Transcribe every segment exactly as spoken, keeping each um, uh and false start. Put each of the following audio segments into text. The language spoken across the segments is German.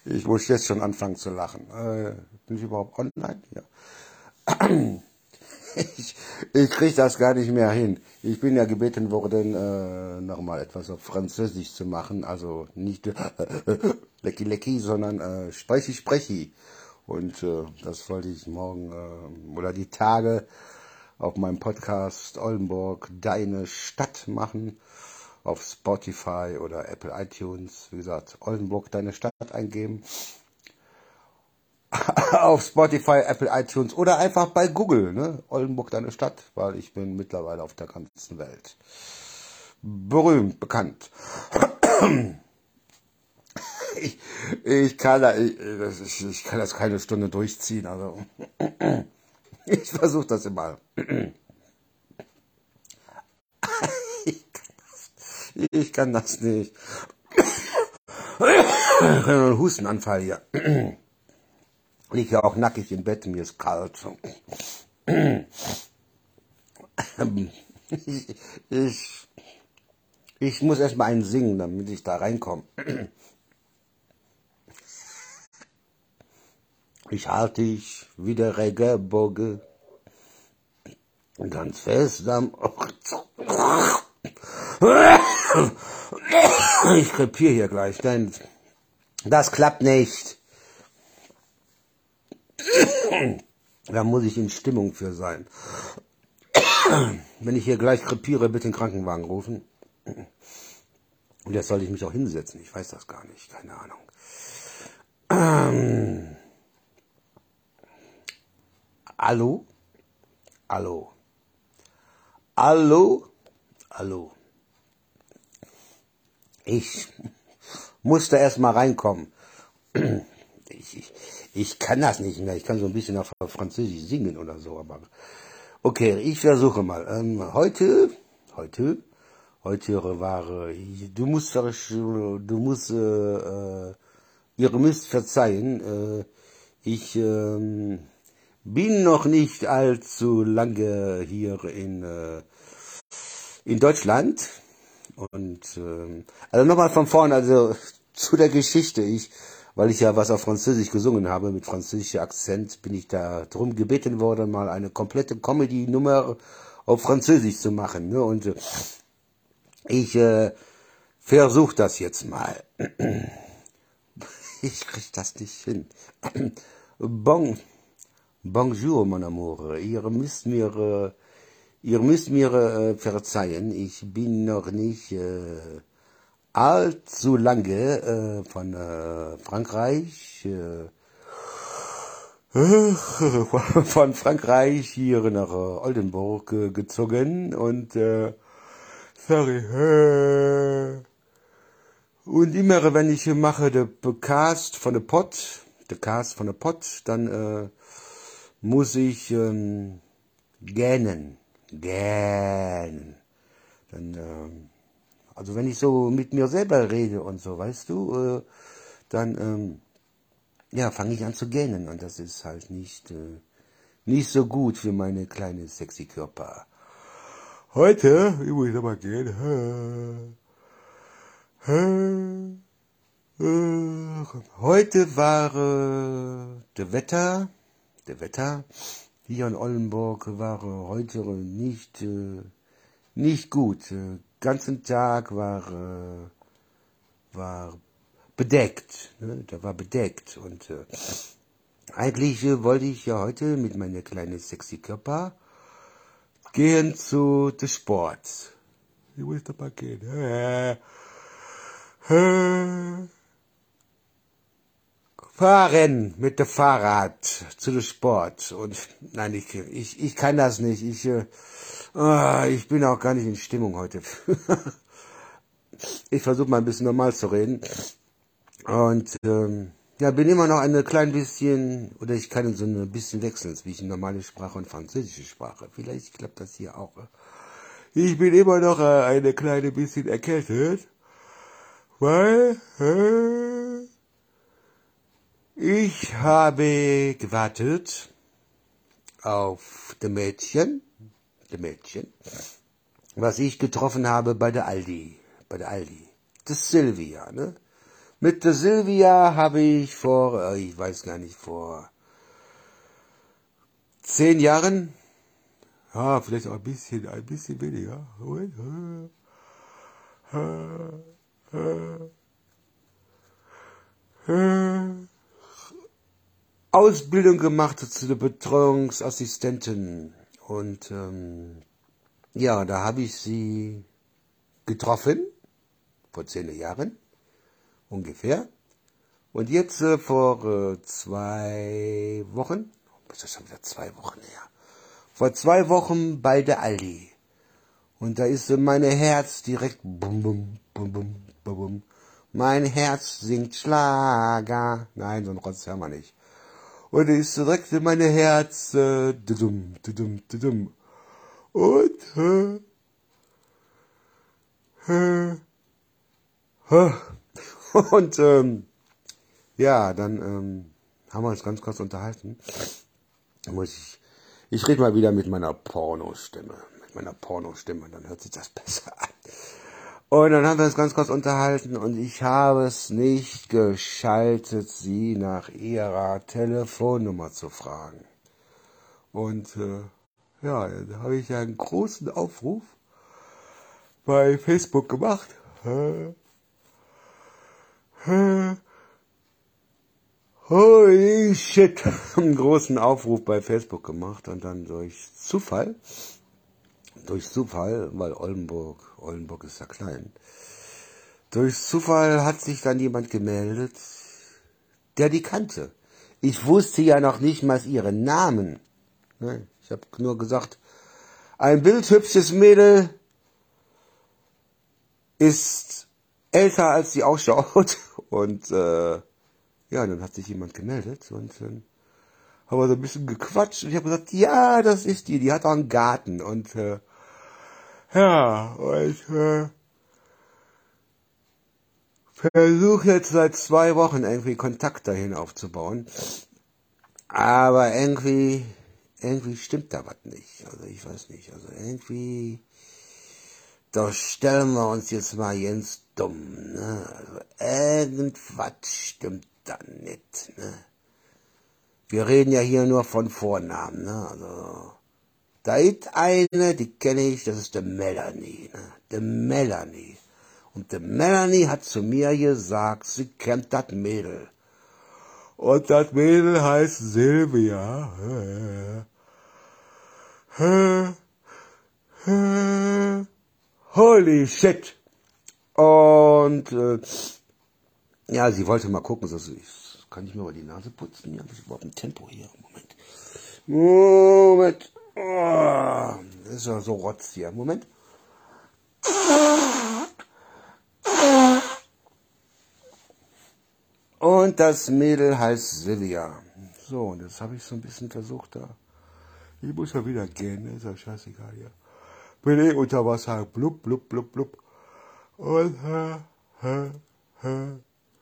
Ich muss jetzt schon anfangen zu lachen. Äh, bin ich überhaupt online? Ja. Ich, ich kriege das gar nicht mehr hin. Ich bin ja gebeten worden, äh, nochmal etwas auf Französisch zu machen. Also nicht äh, Lecki Lecki, sondern äh, Sprechi Sprechi. Und äh, das wollte ich morgen äh, oder die Tage auf meinem Podcast Oldenburg Deine Stadt machen. Auf Spotify oder Apple iTunes. Wie gesagt, Oldenburg Deine Stadt eingeben. Auf Spotify, Apple iTunes oder einfach bei Google, ne? Oldenburg Deine Stadt, weil ich bin mittlerweile auf der ganzen Welt berühmt, bekannt. Ich, ich, kann, da, ich, ich, ich kann das keine Stunde durchziehen, also ich versuche das immer. Ich kann das nicht. Ich habe einen Hustenanfall hier. Liege ja auch nackig im Bett, mir ist kalt. Ich, ich, ich muss erstmal einen singen, damit ich da reinkomme. Ich halte dich wie der Regenbogen ganz fest am Horizont. Ich krepiere hier gleich, denn das klappt nicht. Da muss ich in Stimmung für sein. Wenn ich hier gleich krepiere, bitte den Krankenwagen rufen. Und jetzt sollte ich mich auch hinsetzen. Ich weiß das gar nicht. Keine Ahnung. Ähm, Hallo? Hallo? Hallo? Hallo? Ich musste erst mal reinkommen. Ich, ich, ich kann das nicht mehr. Ich kann so ein bisschen auf Französisch singen oder so, aber okay, ich versuche mal. Ähm, heute, heute, heute war, äh, du musst, ver- du musst, äh, äh, ihr müsst verzeihen, äh, ich ähm, bin noch nicht allzu lange hier in, äh, in Deutschland. Und ähm, also nochmal von vorne, also zu der Geschichte. Ich, weil ich ja was auf Französisch gesungen habe, mit französischem Akzent, bin ich da drum gebeten worden, mal eine komplette Comedy-Nummer auf Französisch zu machen. Ne? Und äh, ich äh, versuche das jetzt mal. Ich krieg das nicht hin. Bon, bonjour, mon amour. Ihr müsst mir, äh, ihr müsst mir äh, verzeihen. Ich bin noch nicht äh, allzu lange äh, von äh, Frankreich, äh, von Frankreich hier nach äh, Oldenburg äh, gezogen und äh, sorry. Äh, und immer wenn ich mache den Cast von der Pot, der Cast von der Pot, dann äh, muss ich ähm, gähnen, gähnen. Dann ähm, Also wenn ich so mit mir selber rede und so, weißt du, äh, dann ähm, ja, fange ich an zu gähnen und das ist halt nicht, äh, nicht so gut für meine kleine sexy Körper. Heute, ich muss aber gehen. Heute war äh, der Wetter, der Wetter hier in Oldenburg war äh, heute nicht, äh, nicht gut. Den ganzen Tag war äh, war bedeckt, ne? Der war bedeckt und äh, eigentlich äh, wollte ich ja heute mit meiner kleinen sexy Körper gehen zu dem Sport. Ich muss da mal gehen. Äh, äh, fahren mit dem Fahrrad zu dem Sport und nein, ich, ich, ich kann das nicht. Ich, äh, ah, ich bin auch gar nicht in Stimmung heute. Ich versuche mal ein bisschen normal zu reden. Und ähm, ja, bin immer noch ein klein bisschen, oder ich kann so ein bisschen wechseln zwischen normale Sprache und französische Sprache. Vielleicht klappt das hier auch. Ich bin immer noch äh, eine kleine bisschen erkältet, weil äh, ich habe gewartet auf das Mädchen, das Mädchen, was ich getroffen habe bei der Aldi, bei der Aldi. Das ist Silvia, ne? Mit der Silvia habe ich vor, äh, ich weiß gar nicht, vor zehn Jahren, ja, vielleicht auch ein bisschen, ein bisschen weniger, Moment. Ausbildung gemacht zu der Betreuungsassistentin. Und ähm, ja, da habe ich sie getroffen, vor zehn Jahren ungefähr. Und jetzt äh, vor äh, zwei Wochen, ist das schon wieder zwei Wochen her, vor zwei Wochen bei der Aldi. Und da ist äh, mein Herz direkt bum bum bum bum bum bum. Mein Herz singt Schlager. Nein, so ein Rotz haben wir nicht. Und da ist direkt in meine Herz äh, dudum, dudum, dudum. Und äh, äh, äh. und ähm, ja, dann ähm, haben wir uns ganz kurz unterhalten. Da muss ich, ich rede mal wieder mit meiner Pornostimme, mit meiner Pornostimme, dann hört sich das besser an. Und dann haben wir uns ganz kurz unterhalten und ich habe es nicht geschaltet, sie nach ihrer Telefonnummer zu fragen. Und äh, ja, da habe ich ja einen großen Aufruf bei Facebook gemacht. Äh, äh, Holy shit, einen großen Aufruf bei Facebook gemacht und dann durch Zufall, durch Zufall, weil Oldenburg, Oldenburg ist ja klein, durch Zufall hat sich dann jemand gemeldet, der die kannte. Ich wusste ja noch nicht mal ihren Namen. Ich habe nur gesagt, ein bildhübsches Mädel ist älter als sie ausschaut und äh, ja, dann hat sich jemand gemeldet und dann haben wir so ein bisschen gequatscht und ich habe gesagt, ja, das ist die, die hat auch einen Garten und äh, ja, und äh, versuche jetzt seit zwei Wochen irgendwie Kontakt dahin aufzubauen, aber irgendwie, irgendwie stimmt da was nicht, also ich weiß nicht, also irgendwie, da stellen wir uns jetzt mal ganz dumm, ne, also irgendwas stimmt da nicht, ne. Wir reden ja hier nur von Vornamen, ne? Also, da ist eine, die kenne ich, das ist die Melanie, ne? Die Melanie. Und die Melanie hat zu mir gesagt, sie kennt das Mädel. Und das Mädel heißt Silvia. Holy shit. Und, äh, ja, sie wollte mal gucken, so, ich, kann ich mir mal die Nase putzen? Ja, habe ich überhaupt ein Tempo hier? Moment. Moment. Oh, das ist ja so rotz hier. Moment. Und das Mädel heißt Silvia. So, und jetzt habe ich so ein bisschen versucht da. Ich muss ja wieder gehen, ne? Ist ja scheißegal hier. Bin eh unter Wasser. Blub, blub, blub, blub. Und, äh, äh, äh.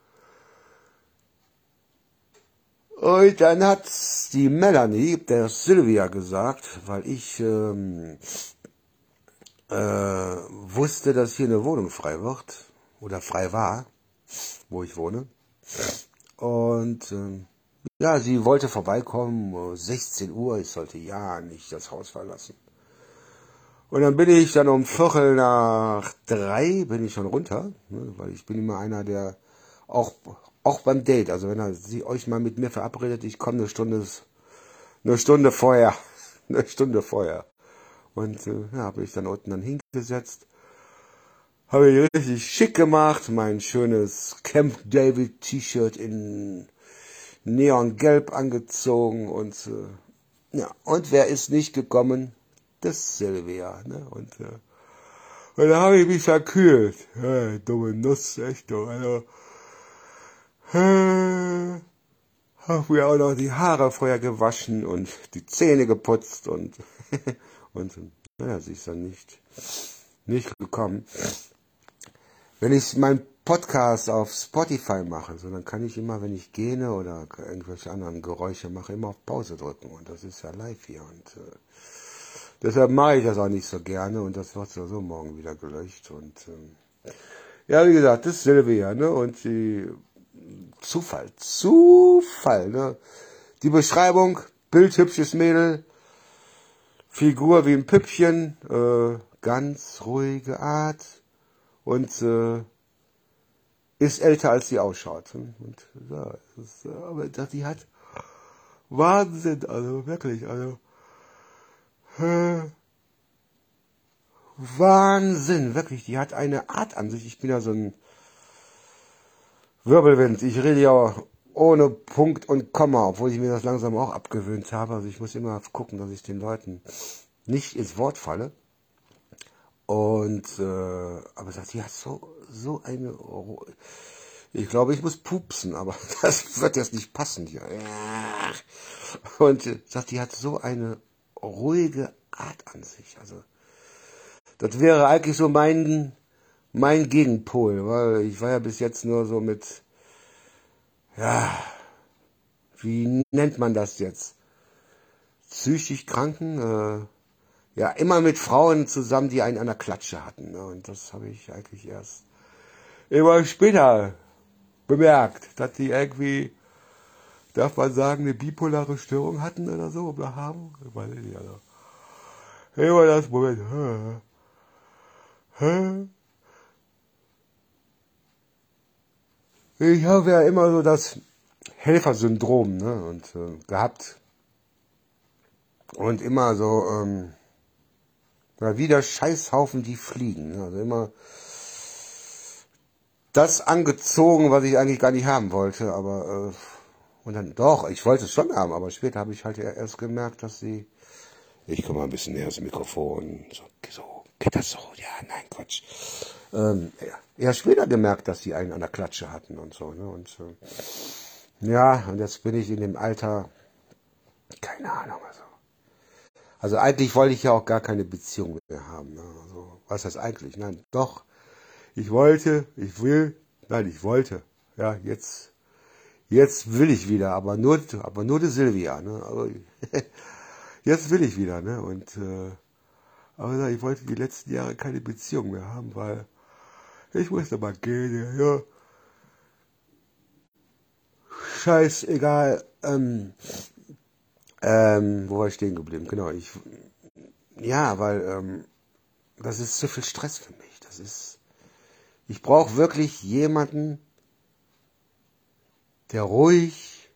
Und dann hat die Melanie der Silvia gesagt, weil ich ähm, äh, wusste, dass hier eine Wohnung frei wird oder frei war, wo ich wohne. Und ähm, ja, sie wollte vorbeikommen, sechzehn Uhr, ich sollte ja nicht das Haus verlassen. Und dann bin ich dann um Viertel nach drei, bin ich schon runter, ne, weil ich bin immer einer, der auch auch beim Date, also wenn er sie euch mal mit mir verabredet, ich komme eine Stunde, eine Stunde vorher, eine Stunde vorher. Und äh, ja, habe ich dann unten dann hingesetzt, habe ich richtig schick gemacht, mein schönes Camp David T-Shirt in Neongelb angezogen und äh, ja, und wer ist nicht gekommen? Das Silvia, ne? Und, äh, und da habe ich mich verkühlt. Ja, dumme Nuss, echt, du. Also, äh, habe mir auch noch die Haare vorher gewaschen und die Zähne geputzt und und naja, sie ist dann nicht nicht gekommen. Wenn ich meinen Podcast auf Spotify mache, so dann kann ich immer, wenn ich gähne oder irgendwelche anderen Geräusche mache, immer auf Pause drücken und das ist ja live hier und äh, deshalb mache ich das auch nicht so gerne und das wird sowieso morgen wieder gelöscht und ähm, ja, wie gesagt, das ist Silvia, ne, und sie Zufall, Zufall, ne? Die Beschreibung, bildhübsches Mädel, Figur wie ein Püppchen, äh, ganz ruhige Art und äh, ist älter als sie ausschaut. Und ja, das ist, aber das, die hat Wahnsinn, also wirklich, also äh, Wahnsinn, wirklich, die hat eine Art an sich. Ich bin ja so ein Wirbelwind. Ich rede ja ohne Punkt und Komma, obwohl ich mir das langsam auch abgewöhnt habe. Also ich muss immer gucken, dass ich den Leuten nicht ins Wort falle. Und, äh, aber sagt, die hat so, so eine, ich glaube, ich muss pupsen, aber das wird jetzt nicht passen hier. Und äh, sagt, die hat so eine ruhige Art an sich. Also, das wäre eigentlich so mein, mein Gegenpol, weil ich war ja bis jetzt nur so mit, ja, wie nennt man das jetzt? Psychisch Kranken, äh, ja, immer mit Frauen zusammen, die einen an der Klatsche hatten. Ne? Und das habe ich eigentlich erst immer später bemerkt, dass die irgendwie, darf man sagen, eine bipolare Störung hatten oder so, oder haben? Ich weiß nicht, also. Immer das Moment, hä? Hä? Ich habe ja immer so das Helfersyndrom, ne, und äh, gehabt. Und immer so, ähm, ja, wie der Scheißhaufen, die fliegen. Ne? Also immer das angezogen, was ich eigentlich gar nicht haben wollte, aber, äh, und dann, doch, ich wollte es schon haben, aber später habe ich halt erst gemerkt, dass sie, ich komme mal ein bisschen näher ans Mikrofon, so, so, geht das so, ja, nein, Quatsch. Ähm, ja, erst später gemerkt, dass sie einen an der Klatsche hatten und so, ne, und, äh, ja, und jetzt bin ich in dem Alter, keine Ahnung, also. Also eigentlich wollte ich ja auch gar keine Beziehung mehr haben. Ne? Also, was heißt eigentlich? Nein, doch. Ich wollte, ich will, nein, ich wollte. Ja, jetzt, jetzt will ich wieder, aber nur, aber nur die Silvia. Ne? Also, jetzt will ich wieder, ne? Und äh, aber ich wollte die letzten Jahre keine Beziehung mehr haben, weil ich musste mal gehen. Ja, scheißegal. Ähm, ähm, wo war ich stehen geblieben? Genau, ich, ja, weil ähm, das ist zu viel Stress für mich. Das ist, ich brauche wirklich jemanden, der ruhig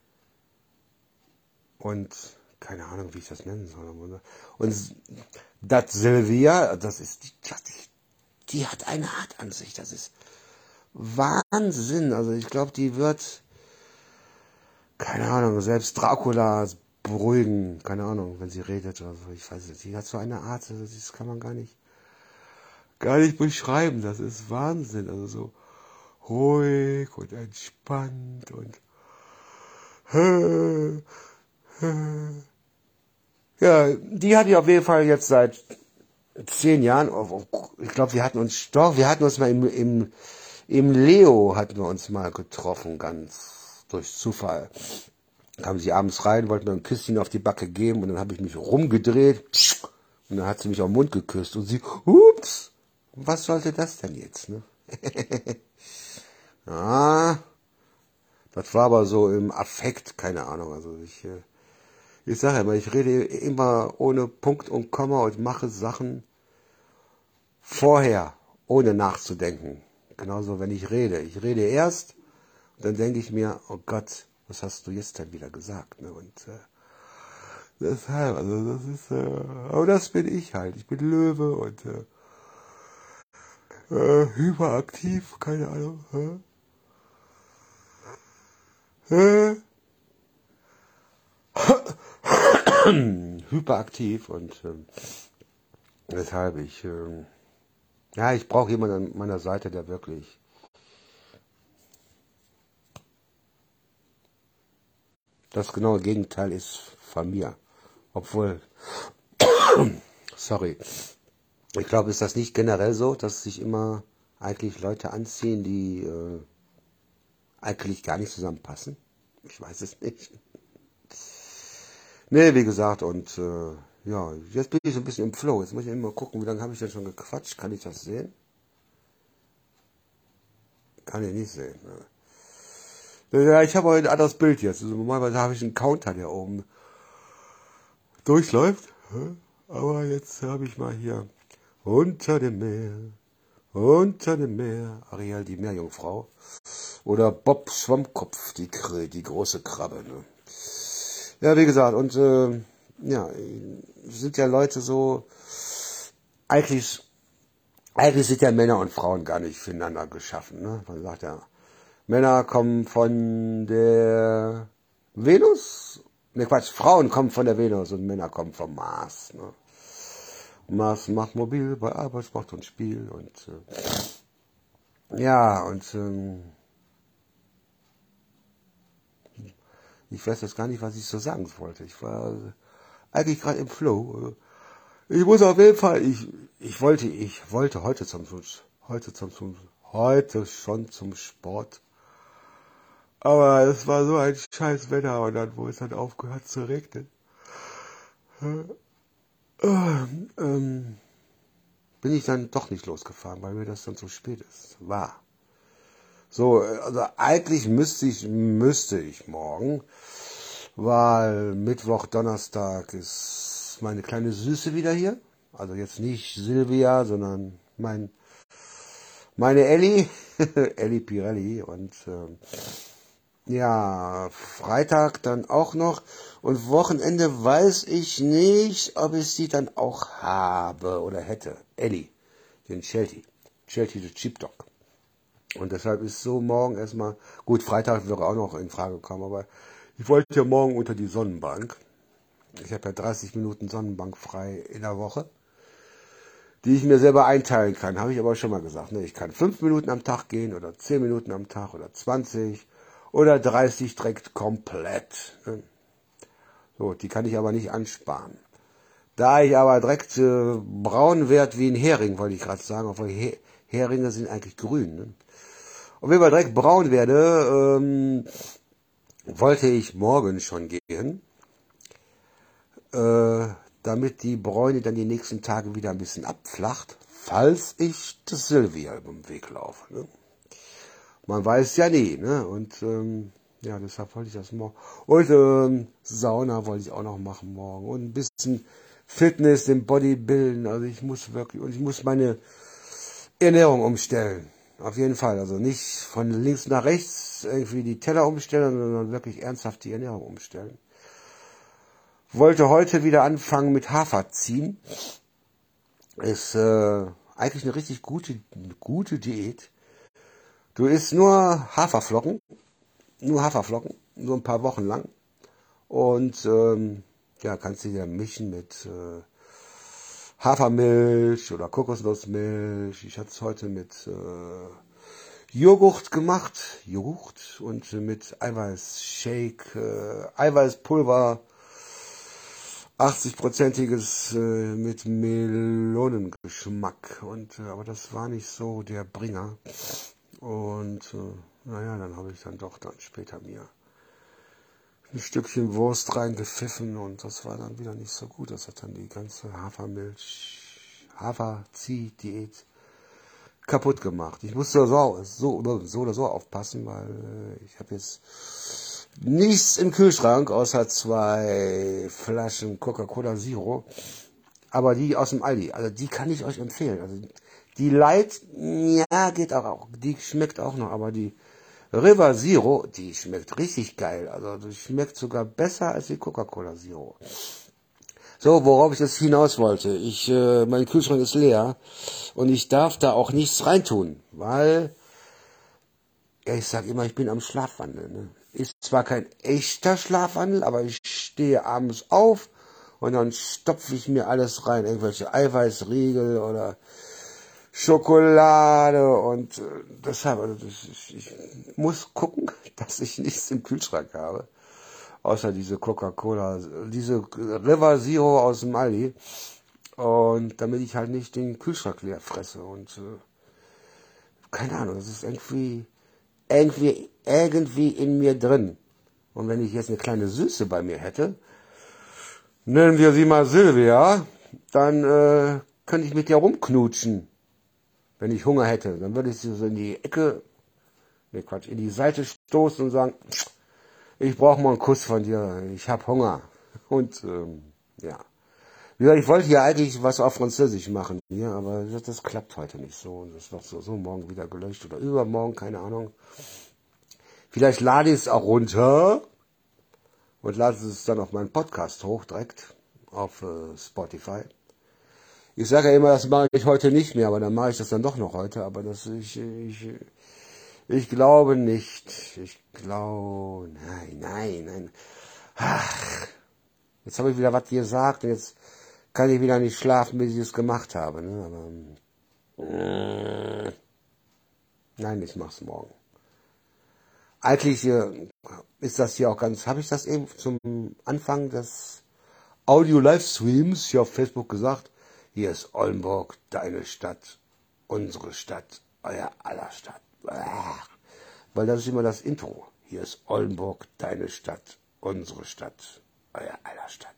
und keine Ahnung, wie ich das nennen soll. Und das Silvia, das ist die, die hat eine Art an sich. Das ist Wahnsinn. Also ich glaube, die wird, keine Ahnung, selbst Dracula beruhigen. Keine Ahnung, wenn sie redet oder so. Ich weiß nicht. Die hat so eine Art, das kann man gar nicht, gar nicht beschreiben. Das ist Wahnsinn. Also so ruhig und entspannt und ja, die hatte ich auf jeden Fall jetzt seit zehn Jahren. Ich glaube, wir hatten uns doch, wir hatten uns mal im, im, im Leo hatten wir uns mal getroffen, ganz durch Zufall. Kam sie abends rein, wollte mir ein Küsschen auf die Backe geben und dann habe ich mich rumgedreht und dann hat sie mich auf den Mund geküsst und sie, ups, was sollte das denn jetzt, ne? Ja, das war aber so im Affekt, keine Ahnung, also ich, ich sage immer, ich rede immer ohne Punkt und Komma und mache Sachen vorher, ohne nachzudenken. Genauso, wenn ich rede. Ich rede erst und dann denke ich mir, oh Gott, was hast du jetzt denn wieder gesagt? Ne? Und äh, deshalb, also das ist, äh, aber das bin ich halt. Ich bin Löwe und äh, äh, hyperaktiv, keine Ahnung. Hä? Hä? Hyperaktiv und äh, deshalb ich, äh, ja, ich brauche jemanden an meiner Seite, der wirklich das genaue Gegenteil ist von mir. Obwohl, sorry, ich glaube, ist das nicht generell so, dass sich immer eigentlich Leute anziehen, die äh, eigentlich gar nicht zusammenpassen? Ich weiß es nicht. Nee, wie gesagt, und äh, ja, jetzt bin ich so ein bisschen im Flow. Jetzt muss ich immer gucken, wie lange habe ich denn schon gequatscht? Kann ich das sehen? Kann ich nicht sehen. Ne? Ja, ich habe heute ein anderes Bild jetzt. Also normalerweise habe ich einen Counter, der oben durchläuft. Aber jetzt habe ich mal hier unter dem Meer, unter dem Meer, Ariel die Meerjungfrau. Oder Bob Schwammkopf, die, die große Krabbe. Ne? Ja, wie gesagt, und äh, ja, sind ja Leute so, eigentlich, eigentlich sind ja Männer und Frauen gar nicht füreinander geschaffen. Ne? Man sagt ja, Männer kommen von der Venus, ne Quatsch, Frauen kommen von der Venus und Männer kommen vom Mars. Ne? Mars macht mobil bei Arbeit, Sport und Spiel und äh, ja, und ähm, ich weiß jetzt gar nicht, was ich so sagen wollte. Ich war eigentlich gerade im Flow. Ich muss auf jeden Fall, ich, ich wollte, ich wollte heute zum, heute zum, zum, heute schon zum Sport. Aber es war so ein scheiß Wetter und dann, wo es dann aufgehört zu regnen, äh, ähm, bin ich dann doch nicht losgefahren, weil mir das dann zu spät ist. War. So, also eigentlich müsste ich, müsste ich morgen, weil Mittwoch, Donnerstag ist meine kleine Süße wieder hier. Also jetzt nicht Silvia, sondern mein, meine Elli, Elli Pirelli und ähm, ja, Freitag dann auch noch und Wochenende weiß ich nicht, ob ich sie dann auch habe oder hätte. Elli, den Sheltie, Sheltie the Sheepdog. Und deshalb ist so morgen erstmal, gut, Freitag wäre auch noch in Frage gekommen, aber ich wollte ja morgen unter die Sonnenbank. Ich habe ja dreißig Minuten Sonnenbank frei in der Woche, die ich mir selber einteilen kann. Habe ich aber schon mal gesagt. Ne? Ich kann fünf Minuten am Tag gehen oder zehn Minuten am Tag oder zwanzig oder dreißig direkt komplett. Ne? So, die kann ich aber nicht ansparen. Da ich aber direkt äh, braun werde wie ein Hering, wollte ich gerade sagen, obwohl He Heringe sind eigentlich grün. Ne? Und wenn ich direkt braun werde, ähm, wollte ich morgen schon gehen, äh, damit die Bräune dann die nächsten Tage wieder ein bisschen abflacht, falls ich das Silvia über den Weg laufe. Ne? Man weiß ja nie, ne? Und ähm, ja, deshalb wollte ich das morgen. Und ähm, Sauna wollte ich auch noch machen morgen. Und ein bisschen Fitness, den Bodybuilden. Also ich muss wirklich, und ich muss meine Ernährung umstellen. Auf jeden Fall. Also nicht von links nach rechts irgendwie die Teller umstellen, sondern wirklich ernsthaft die Ernährung umstellen. Wollte heute wieder anfangen mit Hafer ziehen. Ist äh, eigentlich eine richtig gute, gute Diät. Du isst nur Haferflocken, nur Haferflocken, nur ein paar Wochen lang. Und ähm, ja, kannst du dir mischen mit äh, Hafermilch oder Kokosnussmilch. Ich hatte es heute mit äh, Joghurt gemacht, Joghurt und mit Eiweißshake, äh, Eiweißpulver, achtzig-prozentiges äh, mit Melonengeschmack. Und äh, aber das war nicht so der Bringer. Und äh, naja, dann habe ich dann doch dann später mir ein Stückchen Wurst reingepfiffen und das war dann wieder nicht so gut. Das hat dann die ganze Hafermilch, Haferzieh-Diät kaputt gemacht. Ich musste so, so, so oder so aufpassen, weil äh, ich habe jetzt nichts im Kühlschrank, außer zwei Flaschen Coca-Cola Zero. Aber die aus dem Aldi, also die kann ich euch empfehlen. Also die Light, ja, geht auch, die schmeckt auch noch, aber die River Zero, die schmeckt richtig geil. Also die schmeckt sogar besser als die Coca-Cola Zero. So, worauf ich jetzt hinaus wollte. Ich, äh, mein Kühlschrank ist leer und ich darf da auch nichts reintun, weil, ja, ich sag immer, ich bin am Schlafwandel. Ne? Ist zwar kein echter Schlafwandel, aber ich stehe abends auf und dann stopfe ich mir alles rein, irgendwelche Eiweißriegel oder Schokolade und äh, deshalb, also das ist, ich muss gucken, dass ich nichts im Kühlschrank habe, außer diese Coca-Cola, diese River Zero aus dem Aldi und damit ich halt nicht den Kühlschrank leer fresse und äh, keine Ahnung, das ist irgendwie, irgendwie, irgendwie in mir drin. Und wenn ich jetzt eine kleine Süße bei mir hätte, nennen wir sie mal Silvia, dann äh, könnte ich mit ihr rumknutschen. Wenn ich Hunger hätte, dann würde ich sie so in die Ecke, ne Quatsch, in die Seite stoßen und sagen, ich brauche mal einen Kuss von dir, ich habe Hunger. Und ähm, ja. Ja, ich wollte ja eigentlich was auf Französisch machen, ja, aber das, das klappt heute nicht so. Und das wird so, so morgen wieder gelöscht oder übermorgen, keine Ahnung. Vielleicht lade ich es auch runter und lade es dann auf meinen Podcast hoch, direkt auf äh, Spotify. Ich sage ja immer, das mache ich heute nicht mehr, aber dann mache ich das dann doch noch heute. Aber das ich, ich, ich glaube nicht. Ich glaube, nein, nein, nein. Ach, jetzt habe ich wieder was gesagt und jetzt kann ich wieder nicht schlafen, bis ich es gemacht habe. Ne? Aber, äh, nein, ich mach's morgen. Eigentlich äh, ist das hier auch ganz, habe ich das eben zum Anfang des Audio-Livestreams hier auf Facebook gesagt? Hier ist Oldenburg, deine Stadt, unsere Stadt, euer aller Stadt. Weil das ist immer das Intro. Hier ist Oldenburg, deine Stadt, unsere Stadt, euer aller Stadt.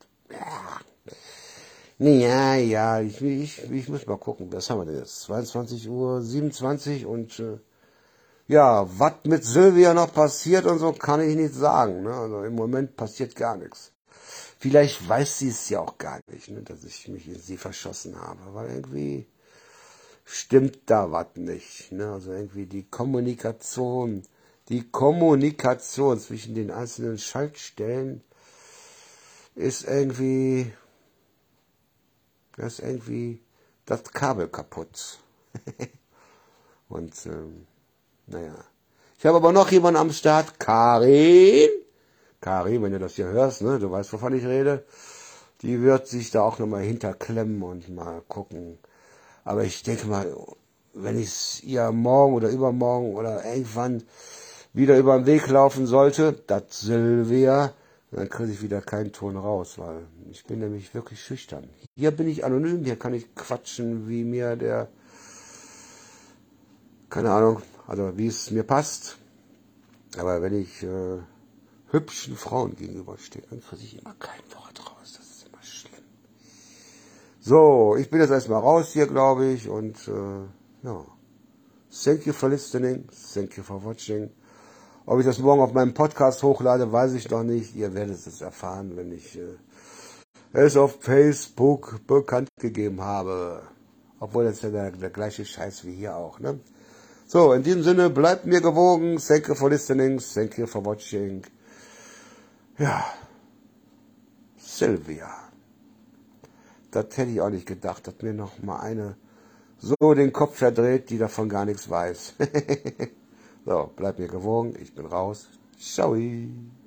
Ja, ja, ich, ich, ich muss mal gucken, was haben wir denn jetzt? zweiundzwanzig Uhr siebenundzwanzig und äh, ja, was mit Silvia noch passiert und so, kann ich nicht sagen. Ne? Also im Moment passiert gar nichts. Vielleicht weiß sie es ja auch gar nicht, ne, dass ich mich in sie verschossen habe, weil irgendwie stimmt da was nicht. Ne? Also irgendwie die Kommunikation, die Kommunikation zwischen den einzelnen Schaltstellen ist irgendwie, das ist irgendwie das Kabel kaputt. Und ähm, naja, ich habe aber noch jemanden am Start, Karin. Karin, wenn du das hier hörst, ne, du weißt, wovon ich rede. Die wird sich da auch nochmal hinterklemmen und mal gucken. Aber ich denke mal, wenn ich es ihr morgen oder übermorgen oder irgendwann wieder über den Weg laufen sollte, das Silvia, dann kriege ich wieder keinen Ton raus, weil ich bin nämlich wirklich schüchtern. Hier bin ich anonym, hier kann ich quatschen, wie mir der, keine Ahnung, also wie es mir passt. Aber wenn ich äh, hübschen Frauen gegenüberstehe, dann kriege ich immer kein Wort raus. Das ist immer schlimm. So, ich bin jetzt erstmal raus hier, glaube ich. Und äh, ja, thank you for listening, thank you for watching. Ob ich das morgen auf meinem Podcast hochlade, weiß ich noch nicht. Ihr werdet es erfahren, wenn ich äh, es auf Facebook bekannt gegeben habe. Obwohl das ja der, der gleiche Scheiß wie hier auch, ne? So, in diesem Sinne, bleibt mir gewogen. Thank you for listening, thank you for watching. Ja, Silvia. Das hätte ich auch nicht gedacht, dass mir noch mal eine so den Kopf verdreht, die davon gar nichts weiß. So, bleibt mir gewogen, ich bin raus. Ciao.